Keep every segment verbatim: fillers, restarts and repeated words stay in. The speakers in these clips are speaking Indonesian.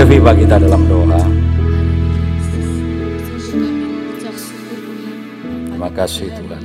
Viva kita dalam doa. Terima kasih Tuhan.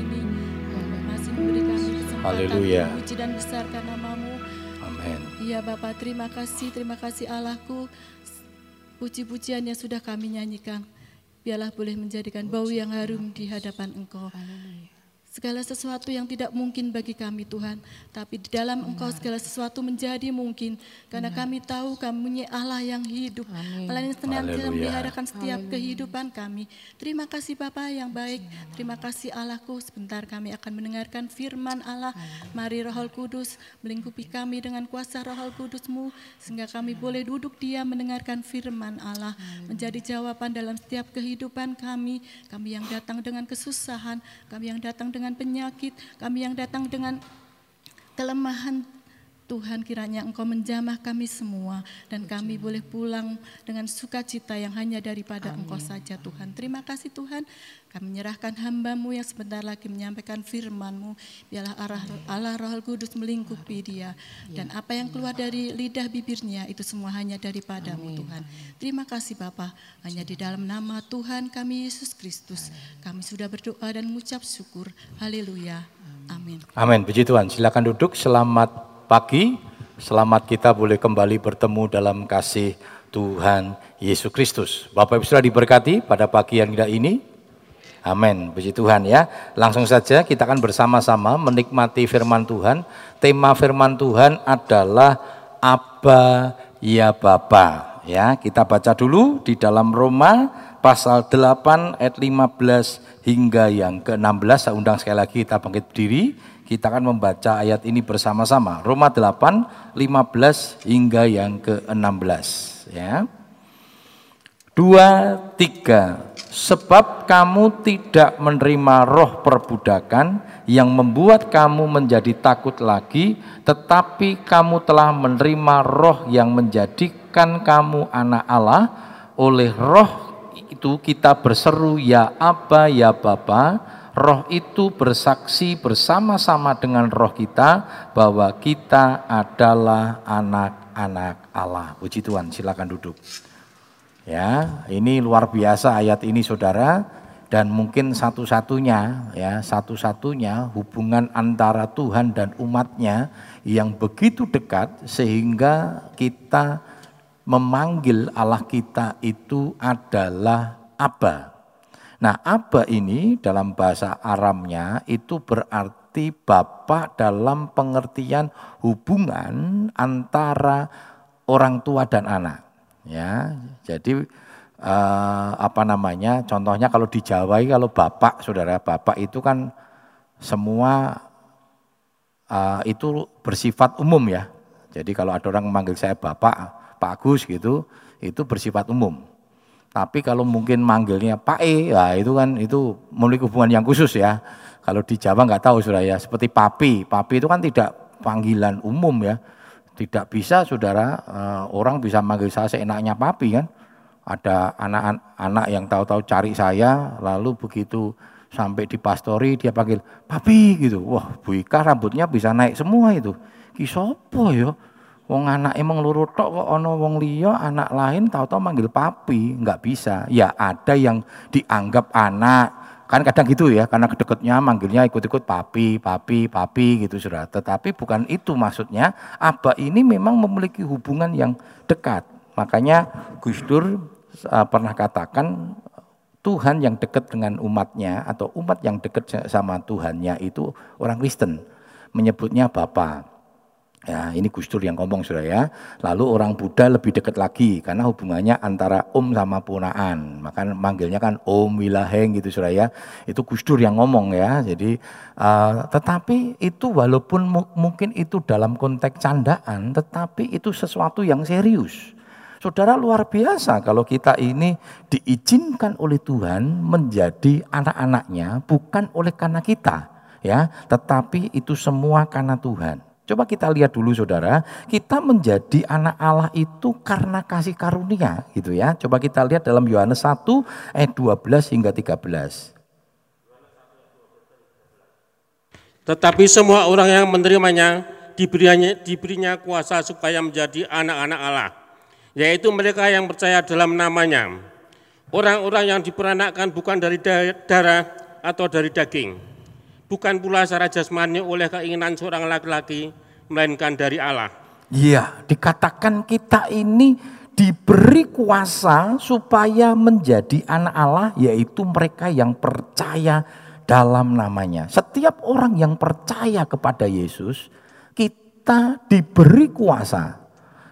Haleluya. Puji dan besarkan namamu. Amin. Iya Bapa, terima kasih, terima kasih Allahku. Puji-pujian yang sudah kami nyanyikan, biarlah boleh menjadikan bau yang harum di hadapan Engkau. Segala sesuatu yang tidak mungkin bagi kami Tuhan, tapi di dalam Engkau segala sesuatu menjadi mungkin, karena kami tahu Kami Allah yang hidup, Allah yang senantiasa memeliharakan setiap kehidupan kami. Terima kasih Bapa yang baik, terima kasih Allahku. Sebentar kami akan mendengarkan firman Allah. Mari Roh Kudus melingkupi kami dengan kuasa Roh Kudus-Mu, sehingga kami boleh duduk diam mendengarkan firman Allah, menjadi jawaban dalam setiap kehidupan kami. Kami yang datang dengan kesusahan, kami yang datang dengan dengan penyakit, kami yang datang dengan kelemahan, Tuhan kiranya Engkau menjamah kami semua dan kami boleh pulang dengan sukacita yang hanya daripada Amin. Engkau saja Tuhan. Terima kasih Tuhan, kami menyerahkan hamba-Mu yang sebentar lagi menyampaikan firman-Mu. Biarlah arah Allah Roh Kudus melingkupi dia, dan apa yang keluar dari lidah bibirnya itu semua hanya daripada-Mu Tuhan. Terima kasih Bapa, hanya di dalam nama Tuhan kami Yesus Kristus kami sudah berdoa dan mengucap syukur. Haleluya. Amin. Amin. Puji Tuhan. Silakan duduk. Selamat pagi. Selamat kita boleh kembali bertemu dalam kasih Tuhan Yesus Kristus. Bapak Ibu sudah diberkati pada pagi yang indah ini. Amin. Puji Tuhan ya. Langsung saja kita akan bersama-sama menikmati firman Tuhan. Tema firman Tuhan adalah Abba ya Bapa. Ya, kita baca dulu di dalam Roma pasal delapan ayat lima belas hingga yang ke enam belas. Saya undang sekali lagi kita bangkit berdiri. Kita akan membaca ayat ini bersama-sama. Roma delapan, lima belas hingga yang ke enam belas. Ya. Dua, tiga. Sebab kamu tidak menerima roh perbudakan yang membuat kamu menjadi takut lagi, tetapi kamu telah menerima roh yang menjadikan kamu anak Allah. Oleh roh itu kita berseru, ya Abba, ya Bapa. Roh itu bersaksi bersama-sama dengan roh kita bahwa kita adalah anak-anak Allah. Puji Tuhan, silakan duduk. Ya, ini luar biasa ayat ini saudara, dan mungkin satu-satunya ya, satu-satunya hubungan antara Tuhan dan umatnya yang begitu dekat sehingga kita memanggil Allah kita itu adalah Abba. Nah, Abba ini dalam bahasa Aramnya itu berarti Bapa dalam pengertian hubungan antara orang tua dan anak. Ya, jadi eh, apa namanya? Contohnya kalau di Jawa kalau bapak, saudara, bapak itu kan semua eh, itu bersifat umum ya. Jadi kalau ada orang memanggil saya bapak, Pak Agus gitu, itu bersifat umum. Tapi kalau mungkin manggilnya Pak E, ya itu kan itu memiliki hubungan yang khusus ya. Kalau di Jawa nggak tahu saudara ya, seperti Papi, Papi itu kan tidak panggilan umum ya. Tidak bisa saudara, eh, orang bisa manggil saya seenaknya Papi kan. Ada anak-anak yang tahu-tahu cari saya, lalu begitu sampai di pastori dia panggil Papi gitu. Wah, Bu Ika rambutnya bisa naik semua itu. Ki sopo ya? Wong anak emang loro tok kok ana wong liya anak lain tahu-tahu manggil papi, enggak bisa. Ya ada yang dianggap anak, kan kadang gitu ya, karena kedekatnya manggilnya ikut-ikut papi, papi, papi gitu Saudara. Tetapi bukan itu maksudnya. Abba ini memang memiliki hubungan yang dekat. Makanya Gus Dur uh, pernah katakan Tuhan yang dekat dengan umatnya atau umat yang dekat sama Tuhannya itu orang Kristen menyebutnya Bapa. Ya, ini Gus Dur yang ngomong Saudara ya. Lalu orang Buddha lebih dekat lagi karena hubungannya antara om sama ponaan. Maka manggilnya kan Om Wilaheng gitu Saudara ya. Itu Gus Dur yang ngomong ya. Jadi uh, tetapi itu walaupun mu mungkin itu dalam konteks candaan, tetapi itu sesuatu yang serius. Saudara, luar biasa kalau kita ini diizinkan oleh Tuhan menjadi anak-anaknya bukan oleh karena kita ya, tetapi itu semua karena Tuhan. Coba kita lihat dulu Saudara, kita menjadi anak Allah itu karena kasih karunia gitu ya. Coba kita lihat dalam Yohanes satu ayat dua belas hingga tiga belas. Tetapi semua orang yang menerimanya diberinya, diberinya kuasa supaya menjadi anak-anak Allah, yaitu mereka yang percaya dalam namanya. Orang-orang yang diperanakkan bukan dari darah atau dari daging, bukan pula secara jasmani oleh keinginan seorang laki-laki, melainkan dari Allah. Iya, dikatakan kita ini diberi kuasa supaya menjadi anak Allah, yaitu mereka yang percaya dalam namanya. Setiap orang yang percaya kepada Yesus, kita diberi kuasa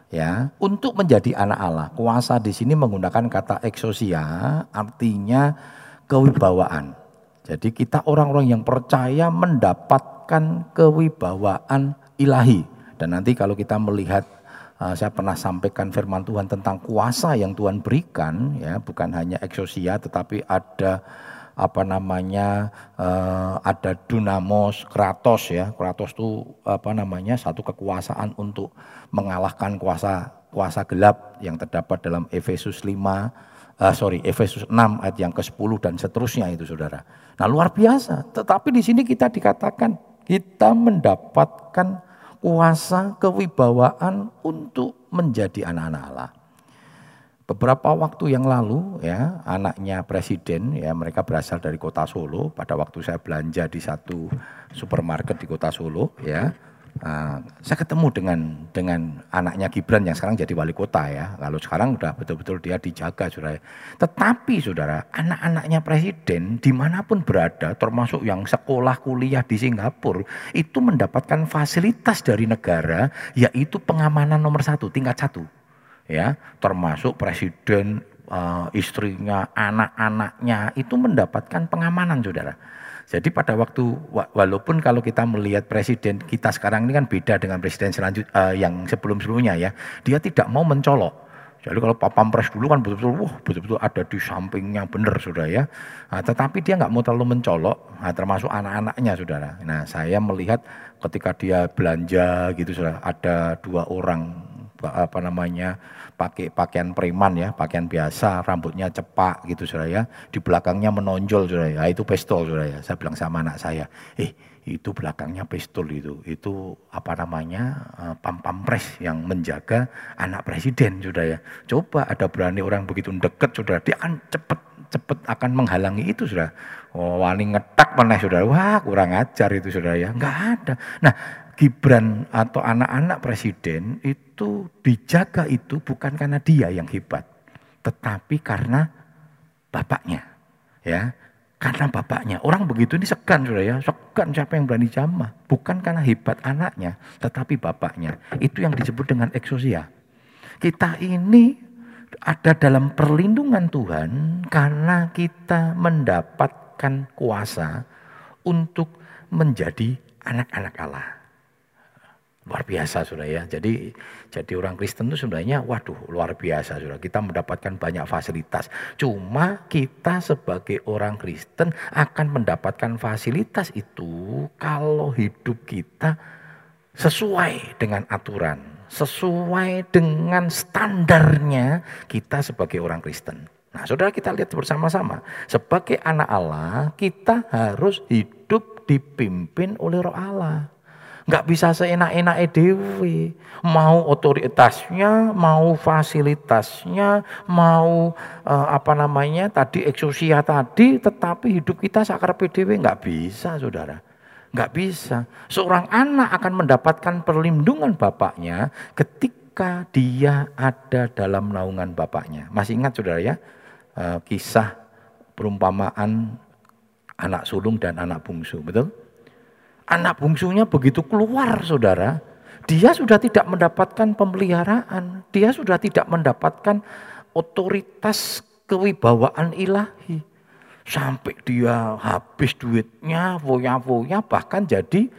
ya untuk menjadi anak Allah. Kuasa di sini menggunakan kata exousia, artinya kewibawaan. Jadi kita orang-orang yang percaya mendapatkan kewibawaan ilahi. Dan nanti kalau kita melihat, uh, saya pernah sampaikan firman Tuhan tentang kuasa yang Tuhan berikan, ya bukan hanya exousia, tetapi ada apa namanya uh, ada dunamos, kratos ya. Kratos itu apa namanya satu kekuasaan untuk mengalahkan kuasa kuasa gelap yang terdapat dalam Efesus lima, uh, sorry Efesus enam ayat yang ke sepuluh dan seterusnya itu saudara. Nah luar biasa. Tetapi di sini kita dikatakan kita mendapatkan kuasa kewibawaan untuk menjadi anak-anak Allah. Beberapa waktu yang lalu ya anaknya presiden ya mereka berasal dari kota Solo. Pada waktu saya belanja di satu supermarket di kota Solo ya, uh, saya ketemu dengan dengan anaknya Gibran yang sekarang jadi wali kota ya. Lalu sekarang udah betul-betul dia dijaga saudara. Tetapi saudara anak-anaknya presiden dimanapun berada, termasuk yang sekolah kuliah di Singapura itu mendapatkan fasilitas dari negara, yaitu pengamanan nomor satu tingkat satu. Ya, termasuk presiden, uh, istrinya, anak-anaknya itu mendapatkan pengamanan saudara. Jadi pada waktu, walaupun kalau kita melihat presiden kita sekarang ini kan beda dengan presiden selanjut uh, yang sebelum-sebelumnya ya, dia tidak mau mencolok. Jadi kalau Pak Pampres dulu kan betul-betul, wah betul-betul ada di sampingnya benar saudara ya. Nah, tetapi dia nggak mau terlalu mencolok, nah, termasuk anak-anaknya saudara. Nah saya melihat ketika dia belanja gitu saudara, ada dua orang apa namanya pakai pakaian preman ya, pakaian biasa, rambutnya cepak gitu saudara ya, di belakangnya menonjol saudara ya, itu pistol saudara ya. Saya bilang sama anak saya, eh itu belakangnya pistol itu, itu apa namanya pam pampres yang menjaga anak presiden saudara ya. Coba ada berani orang begitu deket saudara, dia akan cepet cepet akan menghalangi itu saudara. Oh, wani ngetak meneh saudara, wah kurang ajar itu saudara ya, nggak ada. Nah Gibran atau anak-anak presiden itu dijaga itu bukan karena dia yang hebat, tetapi karena bapaknya, ya, karena bapaknya. Orang begitu ini segan, saudara ya, segan siapa yang berani jamah, bukan karena hebat anaknya, tetapi bapaknya. Itu yang disebut dengan exousia. Kita ini ada dalam perlindungan Tuhan karena kita mendapatkan kuasa untuk menjadi anak-anak Allah. Luar biasa saudara ya. Jadi jadi orang Kristen itu sebenarnya waduh luar biasa saudara. Kita mendapatkan banyak fasilitas. Cuma kita sebagai orang Kristen akan mendapatkan fasilitas itu kalau hidup kita sesuai dengan aturan, sesuai dengan standarnya kita sebagai orang Kristen. Nah saudara kita lihat bersama-sama. Sebagai anak Allah kita harus hidup dipimpin oleh Roh Allah. Nggak bisa seenak-enake dewe, mau otoritasnya, mau fasilitasnya, mau uh, apa namanya tadi exousia tadi, tetapi hidup kita sakarepe dewe nggak bisa saudara, nggak bisa. Seorang anak akan mendapatkan perlindungan bapaknya ketika dia ada dalam naungan bapaknya. Masih ingat saudara ya uh, kisah perumpamaan anak sulung dan anak bungsu, betul? Anak bungsunya begitu keluar saudara, dia sudah tidak mendapatkan pemeliharaan, dia sudah tidak mendapatkan otoritas kewibawaan ilahi. Sampai dia habis duitnya, foya-foya, bahkan jadi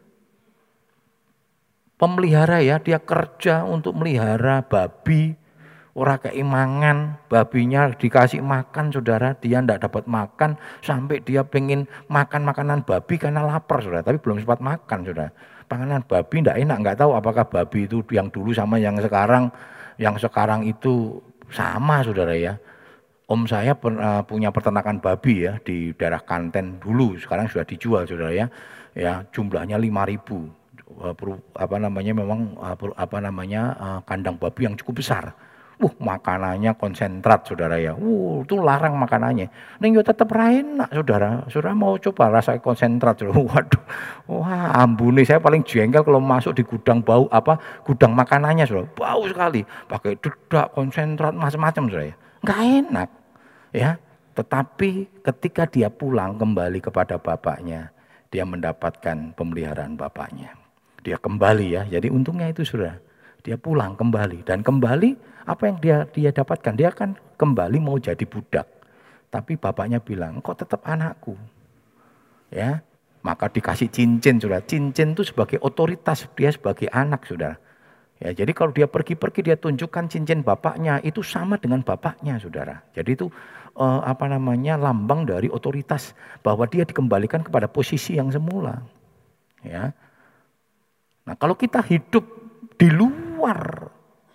pemelihara ya, dia kerja untuk melihara babi. Orang keimangan, babinya dikasih makan saudara, dia tidak dapat makan sampai dia pengen makan makanan babi karena lapar saudara, tapi belum sempat makan saudara. Makanan babi tidak enak, nggak tahu apakah babi itu yang dulu sama yang sekarang, yang sekarang itu sama saudara ya. Om saya punya peternakan babi ya di daerah Kanten dulu, sekarang sudah dijual saudara ya. Ya jumlahnya lima ribu. Apa namanya memang apa namanya kandang babi yang cukup besar. Uh, makanannya konsentrat saudara ya. Uh, itu larang makanannya. Ning yo tetep ra enak saudara. Saudara mau coba rasa konsentrat. Waduh. Wah, ambune saya paling jengkel kalau masuk di gudang bau apa? Gudang makanannya saudara. Bau sekali. Pakai dedak, konsentrat, macam-macam saudara ya. Enggak enak. Ya. Tetapi ketika dia pulang kembali kepada bapaknya, dia mendapatkan pemeliharaan bapaknya. Dia kembali ya. Jadi untungnya itu saudara. Dia pulang kembali dan kembali apa yang dia dia dapatkan? Dia kan kembali mau jadi budak. Tapi bapaknya bilang, "Kok tetap anakku?" Ya. Maka dikasih cincin, Saudara. Cincin itu sebagai otoritas, dia sebagai anak, Saudara. Ya, jadi kalau dia pergi-pergi dia tunjukkan cincin bapaknya, itu sama dengan bapaknya, Saudara. Jadi itu eh, apa namanya? Lambang dari otoritas bahwa dia dikembalikan kepada posisi yang semula. Ya. Nah, kalau kita hidup di luar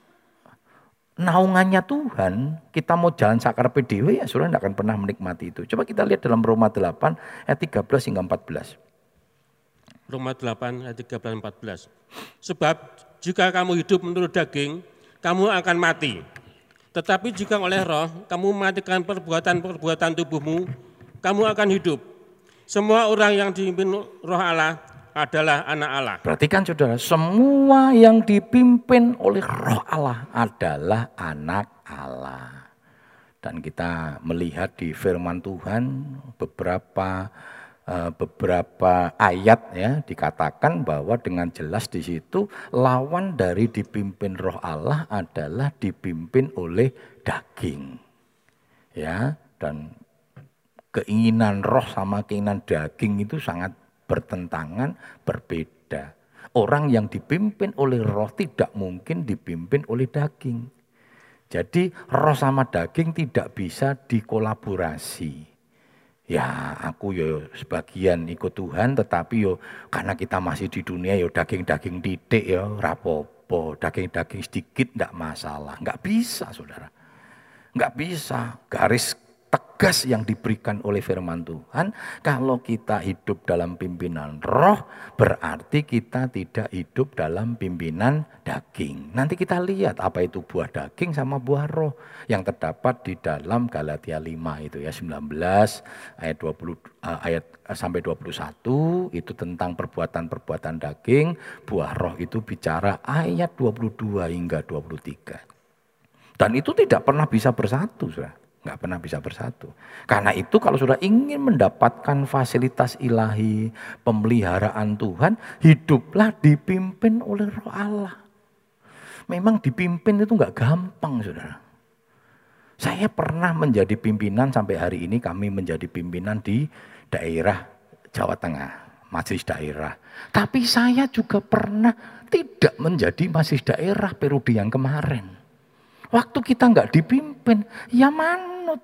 naungannya Tuhan, kita mau jalan sakarepe dhewe ya saudara tidak akan pernah menikmati itu. Coba kita lihat dalam Roma delapan ayat tiga belas hingga empat belas. Roma delapan ayat tiga belas empat belas. Sebab jika kamu hidup menurut daging, kamu akan mati. Tetapi jika oleh roh, kamu mematikan perbuatan-perbuatan tubuhmu, kamu akan hidup. Semua orang yang dipimpin roh Allah adalah anak Allah. Perhatikan saudara, semua yang dipimpin oleh roh Allah adalah anak Allah. Dan kita melihat di firman Tuhan beberapa beberapa ayat ya dikatakan bahwa dengan jelas di situ lawan dari dipimpin roh Allah adalah dipimpin oleh daging. Ya, dan keinginan roh sama keinginan daging itu sangat bertentangan, berbeda. Orang yang dipimpin oleh roh tidak mungkin dipimpin oleh daging. Jadi roh sama daging tidak bisa dikolaborasi. Ya aku yo sebagian ikut Tuhan tetapi yo karena kita masih di dunia yo daging-daging titik yo rapopo. Daging-daging sedikit enggak masalah. Enggak bisa saudara. Enggak bisa. Garis tegas yang diberikan oleh firman Tuhan, kalau kita hidup dalam pimpinan roh, berarti kita tidak hidup dalam pimpinan daging. Nanti kita lihat apa itu buah daging sama buah roh yang terdapat di dalam Galatia lima itu ya sembilan belas ayat dua puluh ayat sampai dua puluh satu itu tentang perbuatan-perbuatan daging, buah roh itu bicara ayat dua puluh dua hingga dua puluh tiga. Dan itu tidak pernah bisa bersatu, Saudara. Nggak pernah bisa bersatu. Karena itu kalau sudah ingin mendapatkan fasilitas ilahi, pemeliharaan Tuhan, hiduplah dipimpin oleh roh Allah. Memang dipimpin itu nggak gampang saudara. Saya pernah menjadi pimpinan sampai hari ini kami menjadi pimpinan di daerah Jawa Tengah, majelis daerah. Tapi saya juga pernah tidak menjadi majelis daerah periode yang kemarin. Waktu kita nggak dipimpin, ya manut.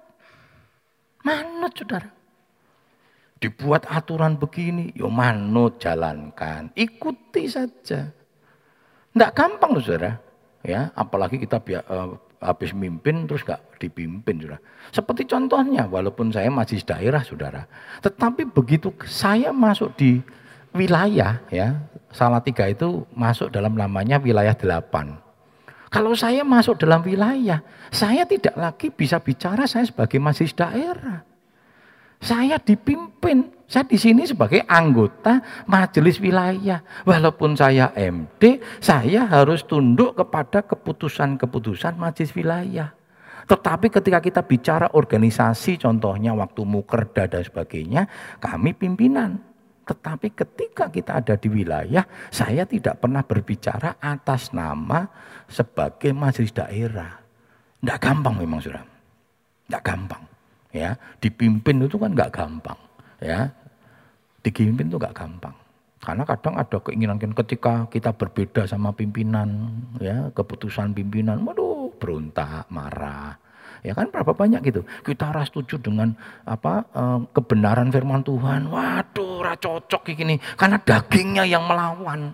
Manut saudara. Dibuat aturan begini, ya manut jalankan. Ikuti saja. Nggak gampang loh saudara. Ya, apalagi kita uh, habis mimpin terus nggak dipimpin saudara. Seperti contohnya, walaupun saya masih daerah saudara. Tetapi begitu saya masuk di wilayah, ya Salatiga itu masuk dalam namanya wilayah delapan. Kalau saya masuk dalam wilayah, saya tidak lagi bisa bicara saya sebagai majelis daerah. Saya dipimpin, saya di sini sebagai anggota majelis wilayah. Walaupun saya M D, saya harus tunduk kepada keputusan-keputusan majelis wilayah. Tetapi ketika kita bicara organisasi, contohnya waktu Mukerda dan sebagainya, kami pimpinan. Tetapi ketika kita ada di wilayah, saya tidak pernah berbicara atas nama sebagai majelis daerah. Tidak gampang memang saudara. Tidak gampang. Ya, dipimpin itu kan nggak gampang. Ya, dipimpin itu nggak gampang. Karena kadang ada keinginan ketika kita berbeda sama pimpinan, ya keputusan pimpinan, waduh berontak, marah. Ya kan berapa banyak gitu. Kita harus setuju dengan apa eh, kebenaran firman Tuhan. Waduh, ora cocok gini karena dagingnya yang melawan.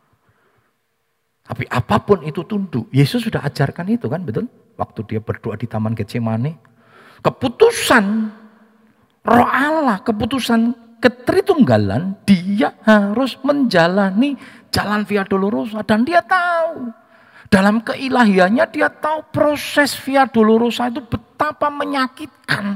Tapi apapun itu tunduk. Yesus sudah ajarkan itu kan, betul? Waktu dia berdoa di Taman Getsemani. Keputusan Roh Allah, keputusan ketritunggalan, dia harus menjalani jalan Via Dolorosa dan dia tahu Dalam keilahiannya dia tahu proses Via Dolorosa itu betapa menyakitkan.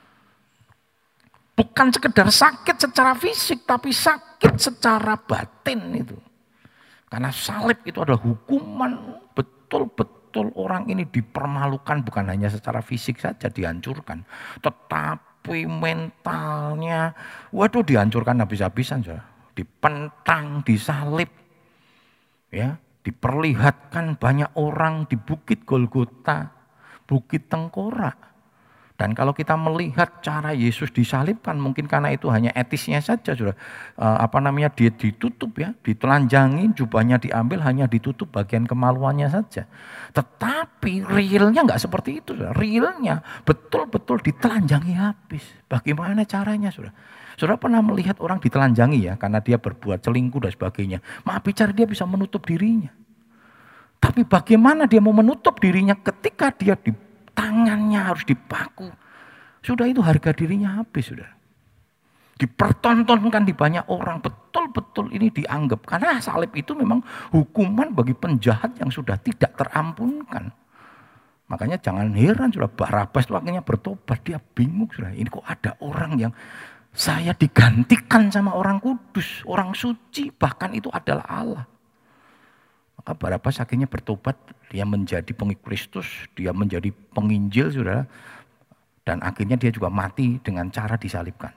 Bukan sekedar sakit secara fisik, tapi sakit secara batin itu. Karena salib itu adalah hukuman, betul-betul orang ini dipermalukan, bukan hanya secara fisik saja dihancurkan. Tetapi mentalnya, waduh dihancurkan habis-habisan. Dipentang, disalib. Ya, diperlihatkan banyak orang di Bukit Golgota, Bukit Tengkorak. Dan kalau kita melihat cara Yesus disalibkan, mungkin karena itu hanya etisnya saja, sudah uh, apa namanya dia ditutup ya, ditelanjangi, jubahnya diambil, hanya ditutup bagian kemaluannya saja. Tetapi realnya nggak seperti itu, sudah. Realnya betul-betul ditelanjangi habis. Bagaimana caranya, sudah? Saudara pernah melihat orang ditelanjangi ya, karena dia berbuat selingkuh dan sebagainya. Maaf bicara dia bisa menutup dirinya. Tapi bagaimana dia mau menutup dirinya ketika dia di tangannya harus dipaku. Sudah itu harga dirinya habis, sudah. Dipertontonkan di banyak orang, betul-betul ini dianggap. Karena salib itu memang hukuman bagi penjahat yang sudah tidak terampunkan. Makanya jangan heran, sudah Barabas itu akhirnya bertobat. Dia bingung, sudah. Ini kok ada orang yang saya digantikan sama orang kudus, orang suci, bahkan itu adalah Allah. Maka Barabas akhirnya bertobat, dia menjadi pengikut Kristus, dia menjadi penginjil, saudara. Dan akhirnya dia juga mati dengan cara disalibkan.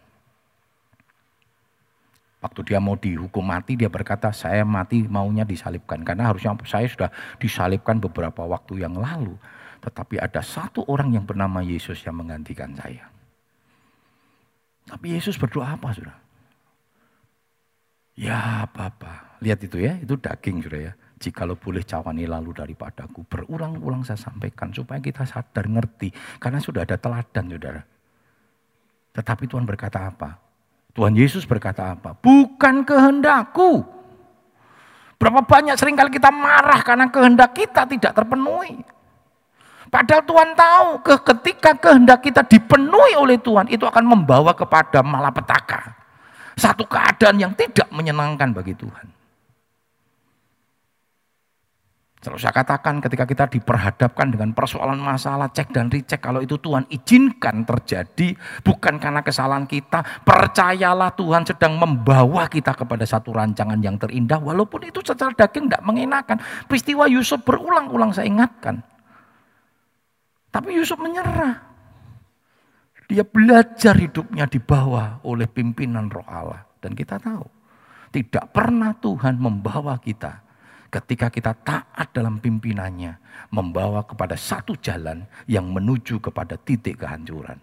Waktu dia mau dihukum mati, dia berkata, saya mati maunya disalibkan. Karena harusnya saya sudah disalibkan beberapa waktu yang lalu. Tetapi ada satu orang yang bernama Yesus yang menggantikan saya. Tapi Yesus berdoa apa, saudara? Ya Bapa, lihat itu ya, itu daging, saudara ya. Jikalau boleh cawani lalu daripadaku, berulang-ulang saya sampaikan supaya kita sadar ngerti. Karena sudah ada teladan, saudara. Tetapi Tuhan berkata apa? Tuhan Yesus berkata apa? Bukan kehendakku. Berapa banyak seringkali kita marah karena kehendak kita tidak terpenuhi. Padahal Tuhan tahu ketika kehendak kita dipenuhi oleh Tuhan, itu akan membawa kepada malapetaka. Satu keadaan yang tidak menyenangkan bagi Tuhan. Selalu saya katakan ketika kita diperhadapkan dengan persoalan masalah cek dan recheck, kalau itu Tuhan izinkan terjadi bukan karena kesalahan kita, percayalah Tuhan sedang membawa kita kepada satu rancangan yang terindah, walaupun itu secara daging tidak mengenakan. Peristiwa Yusuf berulang-ulang saya ingatkan. Tapi Yusuf menyerah. Dia belajar hidupnya dibawa oleh pimpinan Roh Allah. Dan kita tahu, tidak pernah Tuhan membawa kita ketika kita taat dalam pimpinannya, membawa kepada satu jalan yang menuju kepada titik kehancuran.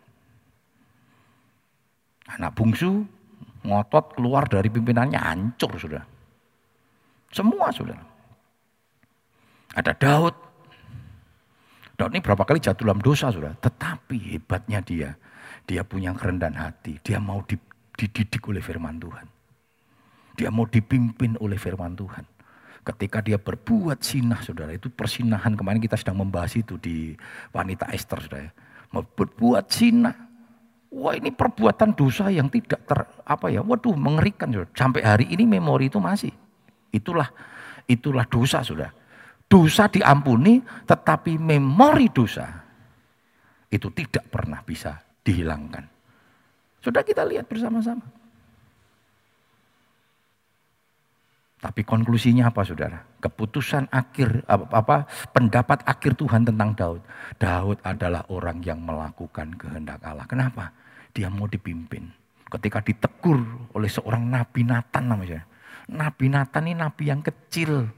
Anak bungsu ngotot keluar dari pimpinannya hancur, sudah. Semua, sudah. Ada Daud. Daud ini berapa kali jatuh dalam dosa, sudah. Tetapi hebatnya dia, dia punya kerendahan hati. Dia mau dididik oleh firman Tuhan. Dia mau dipimpin oleh firman Tuhan. Ketika dia berbuat sinah, saudara, itu persinahan, kemarin kita sedang membahas itu di wanita Esther, saudara. Berbuat sinah, wah ini perbuatan dosa yang tidak ter, apa ya, waduh mengerikan, saudara. Sampai hari ini memori itu masih, itulah, itulah dosa, saudara. Dosa diampuni, tetapi memori dosa itu tidak pernah bisa dihilangkan. Sudah kita lihat bersama-sama. Tapi konklusinya apa, saudara? Keputusan akhir, apa, apa pendapat akhir Tuhan tentang Daud. Daud adalah orang yang melakukan kehendak Allah. Kenapa? Dia mau dipimpin. Ketika ditegur oleh seorang Nabi Nathan namanya. Nabi Nathan ini nabi yang kecil.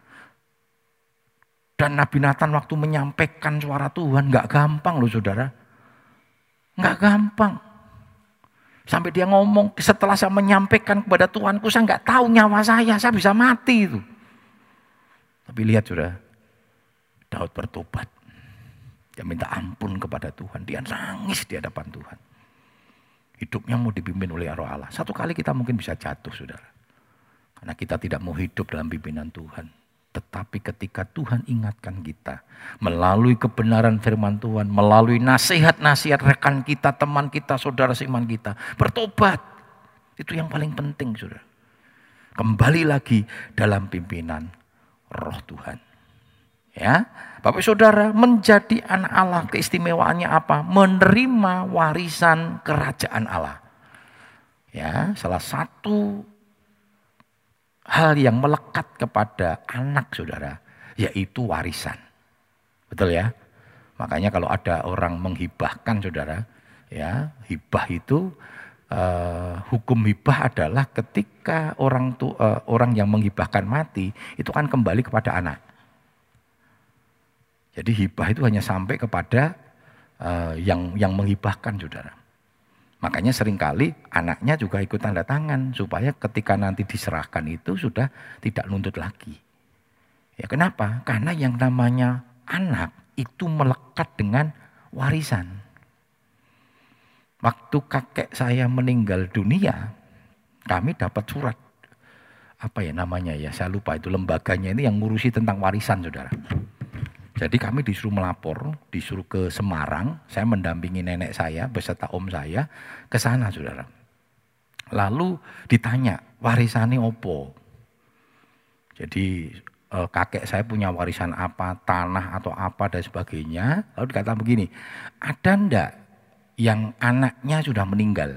Dan Nabi Nathan waktu menyampaikan suara Tuhan gak gampang loh, saudara. Gak gampang. Sampai dia ngomong, setelah saya menyampaikan kepada Tuhanku, saya nggak tahu nyawa saya, saya bisa mati itu. Tapi lihat sudah, Daud bertobat. Dia minta ampun kepada Tuhan, dia nangis di hadapan Tuhan. Hidupnya mau dipimpin oleh Roh Allah. Satu kali kita mungkin bisa jatuh, saudara. Karena kita tidak mau hidup dalam pimpinan Tuhan. Tetapi ketika Tuhan ingatkan kita, melalui kebenaran firman Tuhan, melalui nasihat-nasihat rekan kita, teman kita, saudara seiman kita, bertobat. Itu yang paling penting, saudara. Kembali lagi dalam pimpinan Roh Tuhan. Ya, Bapak Saudara, menjadi anak Allah keistimewaannya apa? Menerima warisan kerajaan Allah. Ya, salah satu hal yang melekat kepada anak saudara, yaitu warisan. Betul ya? Makanya kalau ada orang menghibahkan saudara, ya, hibah itu uh, hukum hibah adalah ketika orang tu, uh, orang yang menghibahkan mati, itu kan kembali kepada anak. Jadi hibah itu hanya sampai kepada uh, yang yang menghibahkan saudara. Makanya seringkali anaknya juga ikut tanda tangan supaya ketika nanti diserahkan itu sudah tidak nuntut lagi. Ya kenapa? Karena yang namanya anak itu melekat dengan warisan. Waktu kakek saya meninggal dunia, kami dapat surat. Apa ya namanya ya, saya lupa itu lembaganya ini yang ngurusi tentang warisan saudara. Jadi kami disuruh melapor, disuruh ke Semarang, saya mendampingi nenek saya beserta om saya ke sana saudara. Lalu ditanya, warisannya opo? Jadi eh, kakek saya punya warisan apa, tanah atau apa dan sebagainya. Lalu dikatakan begini, ada ndak yang anaknya sudah meninggal?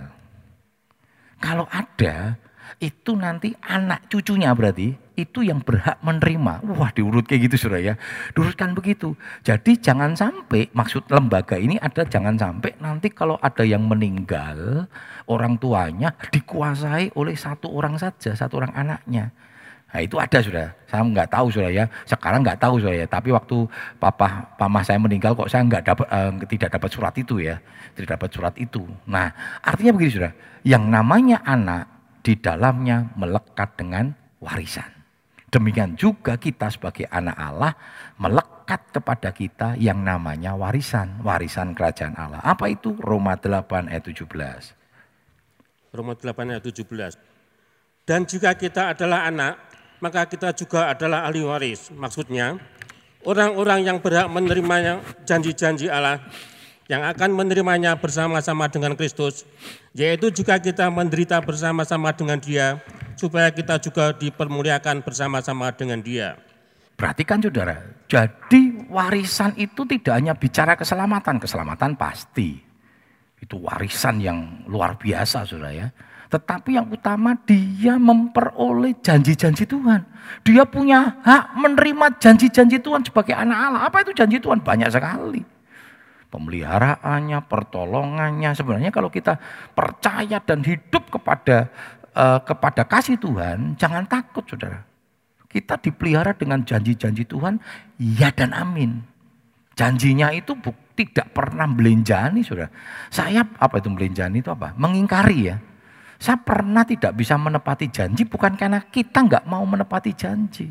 Kalau ada, itu nanti anak cucunya berarti itu yang berhak menerima. Wah, diurut kayak gitu saudara ya. Diurutkan begitu. Jadi jangan sampai, maksud lembaga ini ada jangan sampai nanti kalau ada yang meninggal, orang tuanya dikuasai oleh satu orang saja, satu orang anaknya. Nah itu ada saudara. Saya nggak tahu saudara ya. Sekarang nggak tahu saudara ya. Tapi waktu papa, pama saya meninggal kok saya nggak dapat, eh, tidak dapat surat itu ya. Tidak dapat surat itu. Nah artinya begini saudara. Yang namanya anak di dalamnya melekat dengan warisan. Demikian juga kita sebagai anak Allah melekat kepada kita yang namanya warisan. Warisan kerajaan Allah. Apa itu? Roma delapan ayat tujuh belas. Roma delapan ayat tujuh belas. Dan jika kita adalah anak, maka kita juga adalah ahli waris. Maksudnya, orang-orang yang berhak menerimanya janji-janji Allah, yang akan menerimanya bersama-sama dengan Kristus, yaitu jika kita menderita bersama-sama dengan Dia, supaya kita juga dipermuliakan bersama-sama dengan Dia. Perhatikan saudara, jadi warisan itu tidak hanya bicara keselamatan, keselamatan pasti. Itu warisan yang luar biasa saudara ya. Tetapi yang utama dia memperoleh janji-janji Tuhan. Dia punya hak menerima janji-janji Tuhan sebagai anak Allah. Apa itu janji Tuhan? Banyak sekali. Pemeliharaannya, pertolongannya. Sebenarnya kalau kita percaya dan hidup kepada uh, kepada kasih Tuhan, jangan takut saudara. Kita dipelihara dengan janji-janji Tuhan, ya dan amin. Janjinya itu buk, tidak pernah belenjani saudara. Saya apa itu belenjani itu apa? Mengingkari ya. Saya pernah tidak bisa menepati janji bukan karena kita nggak mau menepati janji.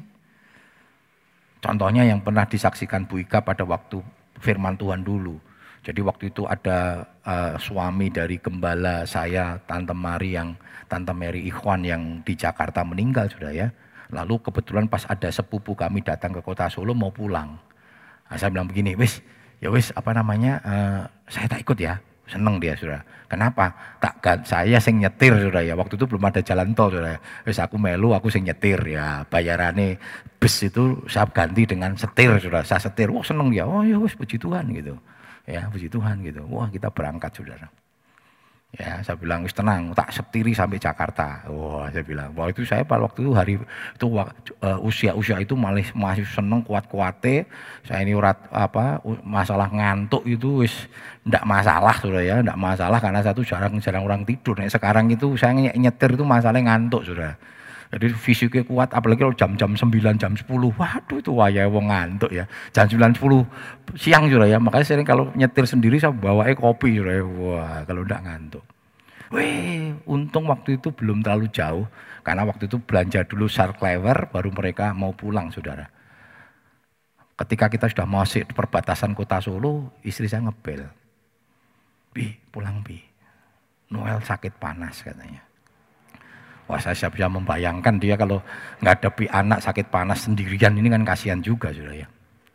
Contohnya yang pernah disaksikan Bu Ika pada waktu firman Tuhan dulu. Jadi waktu itu ada uh, suami dari gembala saya, Tante Mari yang Tante Mary Ikhwan yang di Jakarta meninggal sudah ya. Lalu kebetulan pas ada sepupu kami datang ke kota Solo mau pulang. Nah, saya bilang begini, wis, ya wis apa namanya, uh, saya tak ikut ya. Seneng dia sudah. Kenapa? Tak saya sing nyetir sudah ya. Waktu itu belum ada jalan tol sudah. Wis aku melu, aku sing nyetir ya. Bayarannya bus itu saya ganti dengan setir sudah. Saya setir. Wah seneng ya. Oh ya wis puji Tuhan gitu. Ya puji Tuhan gitu. Wah kita berangkat saudara. Ya saya bilang wis tenang, tak setiri sampai Jakarta. Wah saya bilang, wah itu saya pada waktu itu hari itu uh, usia-usia itu masih masih seneng kuat-kuate. Saya ini urat apa masalah ngantuk itu wis ndak masalah sudah ya, ndak masalah karena satu jarang-jarang orang tidur. Nah, sekarang itu saya nyetir itu masalah ngantuk sudah. Jadi fisiknya kuat, apalagi kalau jam-jam sembilan, jam sepuluh, waduh itu wayah wong ngantuk ya. Jam sembilan sepuluh siang sudah ya, makanya sering kalau nyetir sendiri saya bawa kopi sudah ya. Wah kalau enggak ngantuk. Wih, untung waktu itu belum terlalu jauh, karena waktu itu belanja dulu Sarklever, baru mereka mau pulang saudara. Ketika kita sudah masuk di perbatasan kota Solo, istri saya ngebel. Bi, pulang Bi, Noel sakit panas katanya. Wah saya siap bisa membayangkan dia kalau ngadapi anak sakit panas sendirian ini kan kasihan juga sudah ya.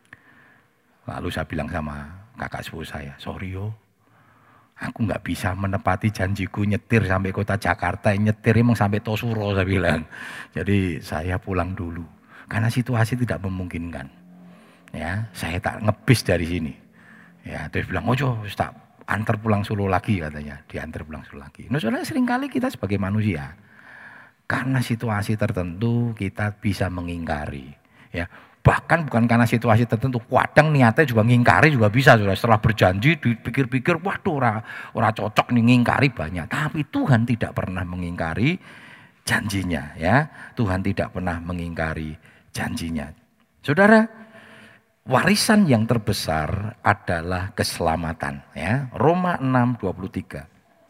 Lalu saya bilang sama kakak sepupu saya, sorry yo, aku nggak bisa menepati janjiku nyetir sampai kota Jakarta, nyetir emang sampai Tosuro saya bilang. Jadi saya pulang dulu, karena situasi tidak memungkinkan. Ya, saya tak ngebis dari sini. Ya, terus bilang, oh tak antar pulang Solo lagi katanya, diantar pulang Solo lagi. Nah, saudara, seringkali kita sebagai manusia, karena situasi tertentu kita bisa mengingkari. Ya, bahkan bukan karena situasi tertentu, kadang niatnya juga ngingkari juga bisa. Saudara. Setelah berjanji, dipikir-pikir, waduh, ora, ora cocok nih ngingkari banyak. Tapi Tuhan tidak pernah mengingkari janjinya. Ya, Tuhan tidak pernah mengingkari janjinya. Saudara, warisan yang terbesar adalah keselamatan. Ya, Roma enam dua puluh tiga.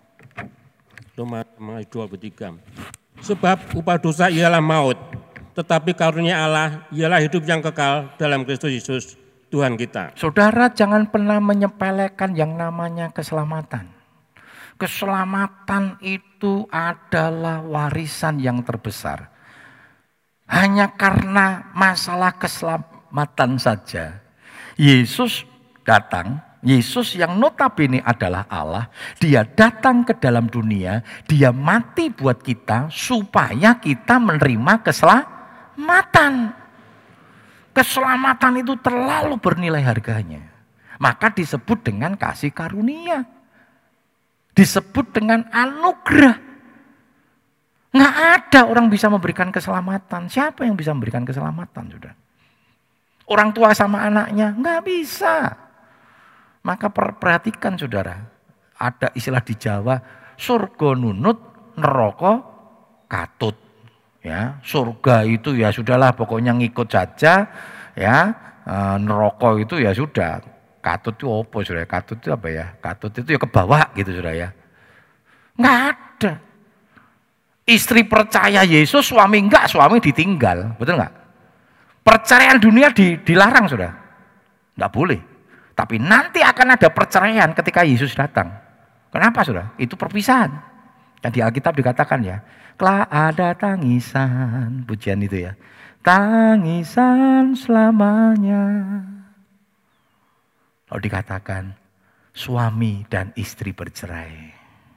Roma enam dua puluh tiga. Sebab upah dosa ialah maut, tetapi karunia Allah ialah hidup yang kekal dalam Kristus Yesus Tuhan kita. Saudara, jangan pernah menyepelekan yang namanya keselamatan. Keselamatan itu adalah warisan yang terbesar. Hanya karena masalah keselamatan saja, Yesus datang, Yesus yang notabene adalah Allah, dia datang ke dalam dunia, dia mati buat kita supaya kita menerima keselamatan. Keselamatan itu terlalu bernilai harganya. Maka disebut dengan kasih karunia. Disebut dengan anugerah. Nggak ada orang bisa memberikan keselamatan. Siapa yang bisa memberikan keselamatan, sudah? Orang tua sama anaknya, nggak bisa. Maka perhatikan, saudara, ada istilah di Jawa, surga nunut, neraka katut. Ya, surga itu ya sudahlah, pokoknya ngikut saja. Ya, neraka itu ya sudah. Katut itu apa, saudara? Katut itu apa ya? Katut itu ya ke bawah gitu, saudara ya. Nggak ada. Istri percaya Yesus, suami enggak, suami ditinggal. Betul enggak? Perceraian dunia dilarang, sudah. Enggak boleh. Tapi nanti akan ada perceraian ketika Yesus datang. Kenapa, sudah? Itu perpisahan. Dan di Alkitab dikatakan ya, kelak ada tangisan, pujian itu ya. Tangisan selamanya. Lalu dikatakan, suami dan istri bercerai.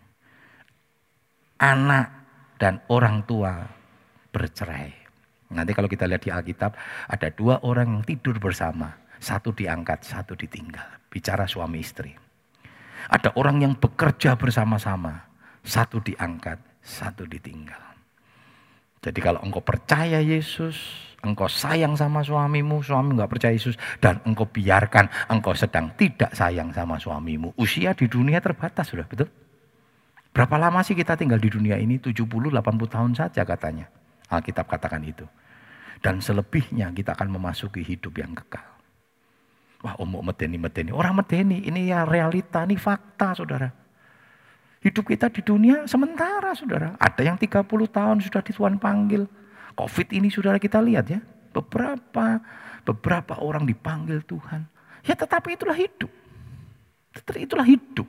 Anak dan orang tua bercerai. Nanti kalau kita lihat di Alkitab, ada dua orang yang tidur bersama. Satu diangkat, satu ditinggal. Bicara suami istri. Ada orang yang bekerja bersama-sama. Satu diangkat, satu ditinggal. Jadi kalau engkau percaya Yesus, engkau sayang sama suamimu, suami enggak percaya Yesus, dan engkau biarkan engkau sedang tidak sayang sama suamimu. Usia di dunia terbatas, sudah betul? Berapa lama sih kita tinggal di dunia ini? tujuh puluh delapan puluh tahun saja katanya. Alkitab katakan itu. Dan selebihnya kita akan memasuki hidup yang kekal. Wah, omong medeni-medeni. Orang medeni, ini ya realita, ini fakta, saudara. Hidup kita di dunia sementara, saudara. Ada yang tiga puluh tahun sudah di Tuhan panggil. Covid ini, saudara, kita lihat ya. Beberapa, beberapa orang dipanggil Tuhan. Ya tetapi itulah hidup. Itulah hidup.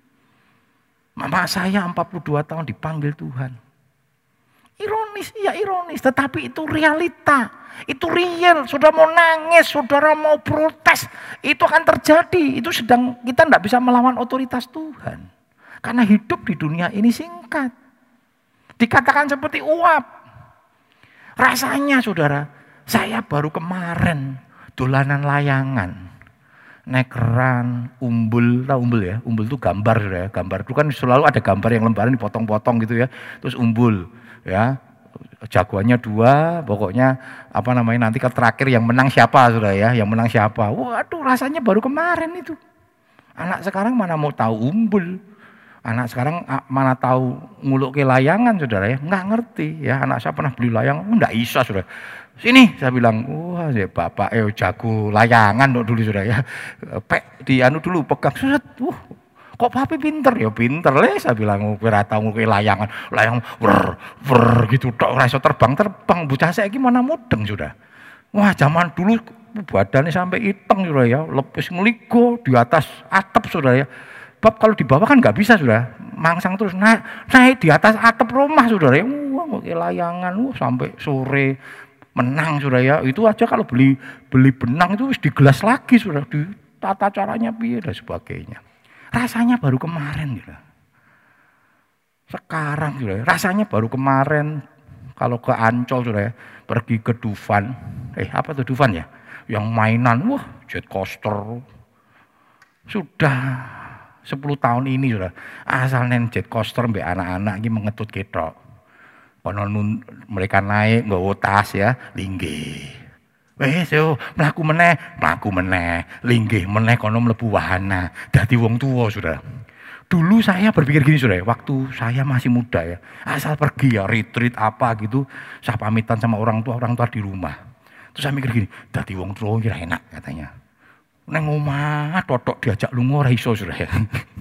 Mama saya empat puluh dua tahun dipanggil Tuhan. Ironis, ya ironis. Tetapi itu realita. Itu real. Saudara mau nangis, saudara mau protes. Itu akan terjadi. Itu sedang, kita tidak bisa melawan otoritas Tuhan. Karena hidup di dunia ini singkat. Dikatakan seperti uap. Rasanya, saudara, saya baru kemarin dolanan layangan. Naik keran, umbul, tahu umbul ya? Umbul itu gambar, saudara. Gambar itu kan selalu ada gambar yang lembaran dipotong-potong gitu ya. Terus umbul, ya. Jagoannya dua, pokoknya apa namanya nanti ke terakhir yang menang siapa, saudara ya? Yang menang siapa? Waduh, rasanya baru kemarin itu. Anak sekarang mana mau tahu umbul? Anak sekarang mana tahu nguluk ke layangan, saudara ya? Nggak ngerti ya. Anak saya pernah beli layangan, enggak bisa, saudara. Sini, saya bilang, wah ya bapak eh jago layangan dulu, saudara ya. Pek di anu dulu pegang, set, wah kok papi pinter ya pinter leh, saya bilang, kira tahu nguluk layangan, layang wer wer gitu, tok rasa terbang terbang, bocah saya gimana mudeng, saudara. Wah zaman dulu badannya sampai iteng, saudara ya, lepis ngeligo di atas atap, saudara ya. Bab kalau di bawah kan nggak bisa, saudara, mangsang terus naik naik di atas atap rumah, saudara ya. Wah nguluk layangan, wah sampai sore. Menang, saudara ya. Itu aja kalau beli beli benang itu di gelas lagi, saudara, di tata caranya piye dan sebagainya. Rasanya baru kemarin, saudara. Sekarang, saudara, rasanya baru kemarin kalau ke Ancol, saudara ya, pergi ke Dufan. Eh, apa tuh Dufan ya? yang mainan, wah jet coaster. Sudah sepuluh tahun ini sudah asal neng jet coaster mbek anak-anak iki mengetut ketok. Kono mereka naik nggawa tas ya, linggih. Wes yo mlaku meneh, mlaku meneh, linggih meneh kono mlebu wahana. Dadi wong tuwa sudah. Dulu saya berpikir gini sudah, waktu saya masih muda ya, asal pergi ya retreat apa gitu, saya pamitan sama orang tua, orang tua di rumah. Terus saya mikir gini, dadi wong tuwa kira enak katanya. Neng omah totok diajak lunga ora iso sudah ya.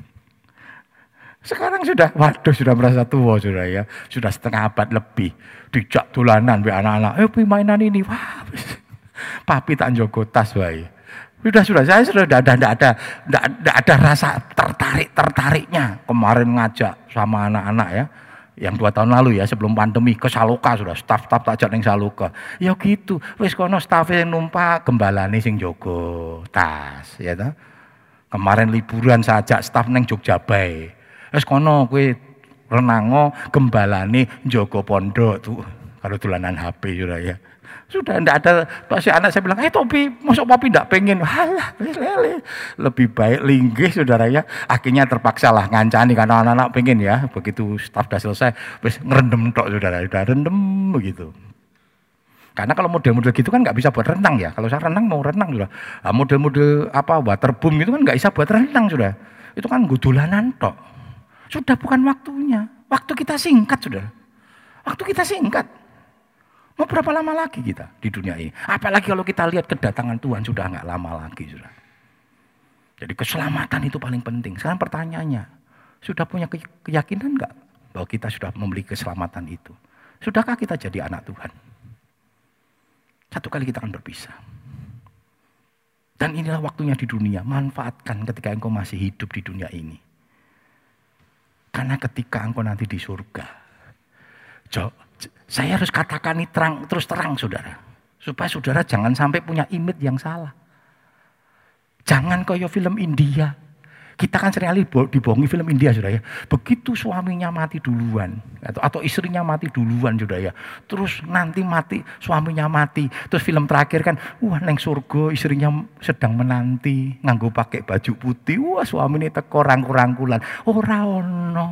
Sekarang sudah, waduh sudah merasa tua sudah ya, sudah setengah abad lebih, dijak dolanan be anak-anak, eh mainan ini, wah, papi tak njogo tas wae. Sudah sudah saya sudah tidak ada tidak ada tidak ada rasa tertarik tertariknya. Kemarin ngajak sama anak-anak ya, yang dua tahun lalu ya sebelum pandemi ke Saloka sudah staf-staf tak ajak neng Saloka. Ya gitu, wis kono staf yang numpak gembalane sing njogo tas ya toh. Kemarin liburan saya ajak staf neng Jogja Bay. Wes kono kowe renango gembalane njogo pondok tuh kalau dolanan H P sudah ya. Sudah ndak ada pas anak saya bilang, "Eh Topi, mosok papi ndak pengen?" Halah, lele. Lebih baik linggih saudara ya. Akhirnya terpaksa lah ngancani karena anak-anak pengen ya. Begitu staf dah selesai, wes ngerendem tok saudara, udah rendem begitu. Karena kalau model-model gitu kan nggak bisa buat renang ya. Kalau saya renang mau renang sudah. Nah, model-model apa waterboom gitu kan nggak bisa buat renang sudah. Itu kan dolanan tok. Sudah bukan waktunya. Waktu kita singkat, saudara. Waktu kita singkat. Mau berapa lama lagi kita di dunia ini? Apalagi kalau kita lihat kedatangan Tuhan sudah nggak lama lagi, saudara. Jadi keselamatan itu paling penting. Sekarang pertanyaannya, sudah punya keyakinan nggak bahwa kita sudah memiliki keselamatan itu? Sudahkah kita jadi anak Tuhan? Satu kali kita akan berpisah. Dan inilah waktunya di dunia. Manfaatkan ketika engkau masih hidup di dunia ini. Karena ketika engkau nanti di surga, saya harus katakan ini terang, terus terang saudara. Supaya saudara jangan sampai punya image yang salah. Jangan kayak film India. Kita kan seringkali dibohongi film India saudara ya. Begitu suaminya mati duluan. Atau, atau istrinya mati duluan saudara ya. Terus nanti mati, suaminya mati. Terus film terakhir kan, wah neng surga istrinya sedang menanti. Nganggo pakai baju putih. Wah suaminya teko rangkul-rangkulan. Ora ono.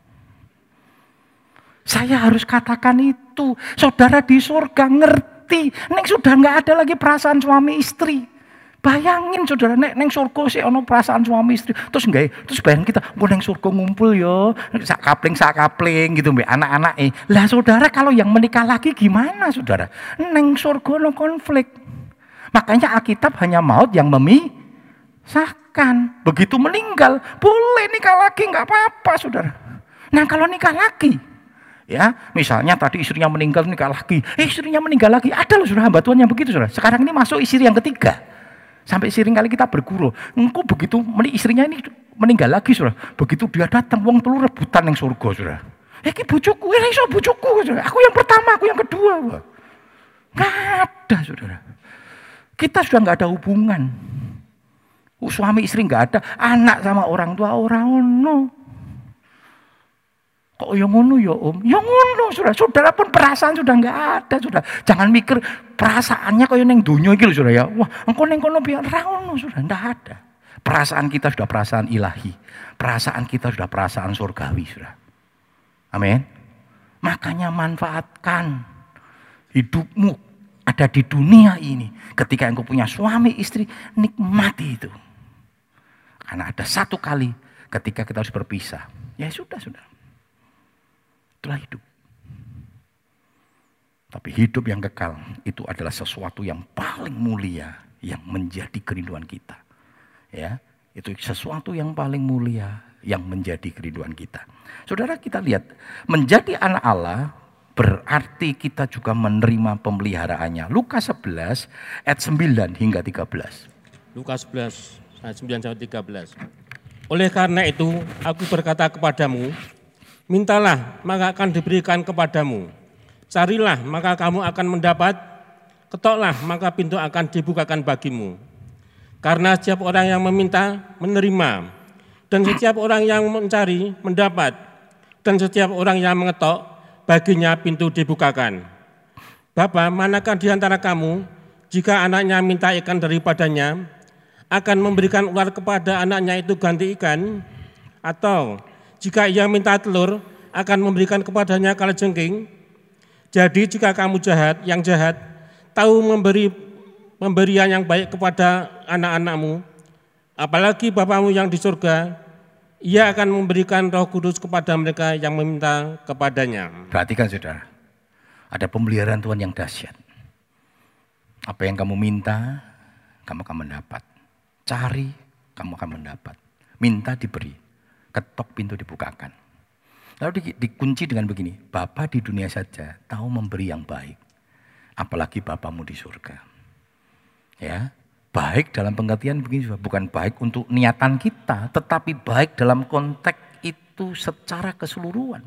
Saya harus katakan itu. Saudara di surga ngerti. Neng sudah nggak ada lagi perasaan suami istri. Bayangin saudara, nek neng surga sih ono perasaan suami istri. Terus enggak, terus bayangin kita, gue neng surga ngumpul yo, sak kapling sak kapling gitu mbak anak-anak eh. Lah saudara kalau yang menikah lagi gimana saudara? Neng surga no konflik. Makanya Alkitab hanya maut yang memisahkan. Begitu meninggal, boleh nikah lagi nggak apa-apa saudara. Nah kalau nikah lagi, ya misalnya tadi istrinya meninggal nikah lagi, eh, istrinya meninggal lagi, ada loh saudara hamba Tuhan yang begitu saudara. Sekarang ini masuk istri yang ketiga. Sampai sering kali kita berguru, engkau begitu istrinya ini meninggal lagi saudara. Begitu dia datang, wong telu rebutan yang surga saudara. Eh ki bojoku, eh iso bojoku saudara. Aku yang pertama, aku yang kedua. Gak ada saudara. Kita sudah gak ada hubungan. Suami istri gak ada, anak sama orang tua orang ono. Kok yang ngono ya om? Yang ngono saudara. Saudara pun perasaan sudah nggak ada saudara. Jangan mikir perasaannya kayak neng dunia gitu saudara ya. Wah engkau neng kono biar rawono sudah nggak ada. Perasaan kita sudah perasaan ilahi. Perasaan kita sudah perasaan surgawi saudara. Amin. Makanya manfaatkan hidupmu ada di dunia ini. Ketika engkau punya suami istri nikmati itu. Karena ada satu kali ketika kita harus berpisah. Ya sudah sudah. Itulah hidup. Tapi hidup yang kekal itu adalah sesuatu yang paling mulia yang menjadi kerinduan kita. Ya, itu sesuatu yang paling mulia yang menjadi kerinduan kita. Saudara kita lihat, menjadi anak Allah berarti kita juga menerima pemeliharaannya. Lukas sebelas ayat sembilan hingga tiga belas. Lukas sebelas ayat sembilan sampai tiga belas. Oleh karena itu aku berkata kepadamu, mintalah, maka akan diberikan kepadamu. Carilah, maka kamu akan mendapat. Ketoklah, maka pintu akan dibukakan bagimu. Karena setiap orang yang meminta, menerima. Dan setiap orang yang mencari, mendapat. Dan setiap orang yang mengetok, baginya pintu dibukakan. Bapa, manakah di antara kamu, jika anaknya minta ikan daripadanya, akan memberikan ular kepada anaknya itu ganti ikan? Atau jika ia minta telur, akan memberikan kepadanya kalajengking? Jadi jika kamu jahat, yang jahat, tahu memberi pemberian yang baik kepada anak-anakmu, apalagi Bapamu yang di surga, Ia akan memberikan Roh Kudus kepada mereka yang meminta kepadanya. Perhatikan saudara, ada pemeliharaan Tuhan yang dahsyat. Apa yang kamu minta, kamu akan mendapat. Cari, kamu akan mendapat. Minta diberi, ketok pintu dibukakan. Lalu di, dikunci dengan begini, Bapa di dunia saja tahu memberi yang baik, apalagi Bapamu di surga. Ya, baik dalam pengertian begini juga, bukan baik untuk niatan kita, tetapi baik dalam konteks itu secara keseluruhan.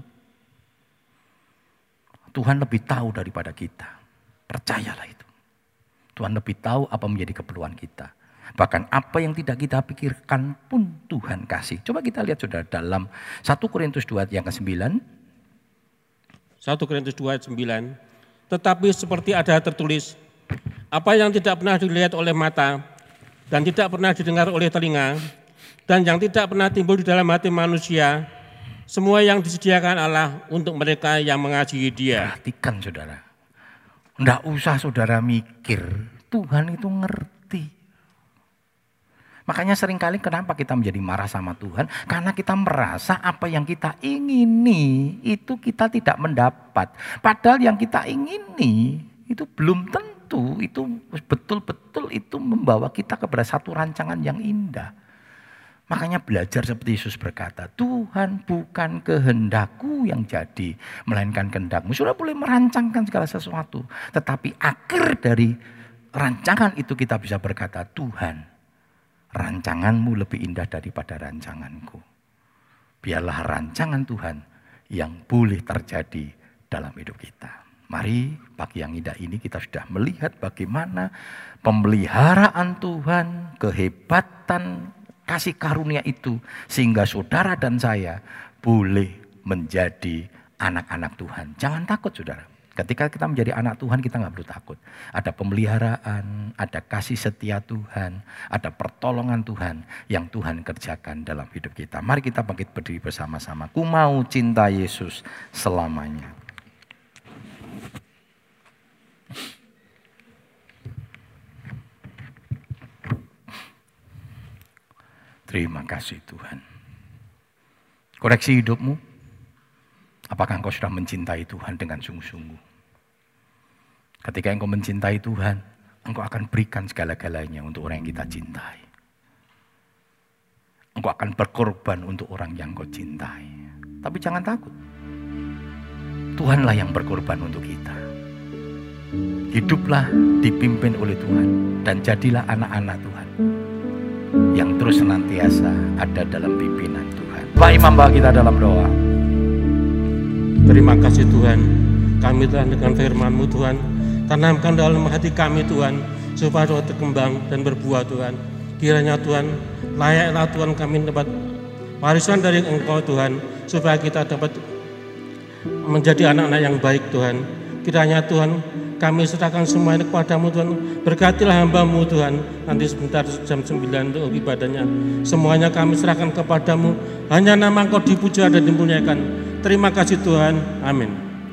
Tuhan lebih tahu daripada kita, percayalah itu. Tuhan lebih tahu apa menjadi keperluan kita. Bahkan apa yang tidak kita pikirkan pun Tuhan kasih. Coba kita lihat saudara dalam satu Korintus dua ayat yang kesembilan. satu Korintus dua ayat sembilan. Tetapi seperti ada tertulis, apa yang tidak pernah dilihat oleh mata dan tidak pernah didengar oleh telinga dan yang tidak pernah timbul di dalam hati manusia, semua yang disediakan Allah untuk mereka yang mengasihi Dia. Perhatikan saudara, enggak usah saudara mikir, Tuhan itu ngerti. Makanya seringkali kenapa kita menjadi marah sama Tuhan? Karena kita merasa apa yang kita ingini itu kita tidak mendapat. Padahal yang kita ingini itu belum tentu, itu betul-betul itu membawa kita kepada satu rancangan yang indah. Makanya belajar seperti Yesus berkata, Tuhan bukan kehendakku yang jadi, melainkan kehendakmu. Sudah boleh merancangkan segala sesuatu. Tetapi akhir dari rancangan itu kita bisa berkata, Tuhan, rancanganmu lebih indah daripada rancanganku. Biarlah rancangan Tuhan yang boleh terjadi dalam hidup kita. Mari pagi yang indah ini kita sudah melihat bagaimana pemeliharaan Tuhan, kehebatan kasih karunia itu. Sehingga saudara dan saya boleh menjadi anak-anak Tuhan. Jangan takut saudara. Ketika kita menjadi anak Tuhan kita nggak perlu takut. Ada pemeliharaan, ada kasih setia Tuhan, ada pertolongan Tuhan yang Tuhan kerjakan dalam hidup kita. Mari kita bangkit berdiri bersama-sama. Ku mau cinta Yesus selamanya. Terima kasih Tuhan. Koreksi hidupmu. Apakah engkau sudah mencintai Tuhan dengan sungguh-sungguh? Ketika engkau mencintai Tuhan, engkau akan berikan segala-galanya untuk orang yang kita cintai. Engkau akan berkorban untuk orang yang engkau cintai. Tapi jangan takut. Tuhanlah yang berkorban untuk kita. Hiduplah dipimpin oleh Tuhan dan jadilah anak-anak Tuhan yang terus senantiasa ada dalam pimpinan Tuhan. Pak Imam, bawa kita dalam doa. Terima kasih Tuhan, kami telah dengan firman-Mu Tuhan, tanamkan dalam hati kami Tuhan, supaya roh berkembang dan berbuah Tuhan. Kiranya Tuhan, layaklah Tuhan kami dapat warisan dari Engkau Tuhan, supaya kita dapat menjadi anak-anak yang baik Tuhan. Kiranya Tuhan, kami serahkan semuanya kepada-Mu Tuhan, berkatilah hamba-Mu Tuhan, nanti sebentar jam sembilan untuk ibadahnya. Semuanya kami serahkan kepada-Mu, hanya nama Engkau dipuja dan dimuliakan. Terima kasih Tuhan, amin.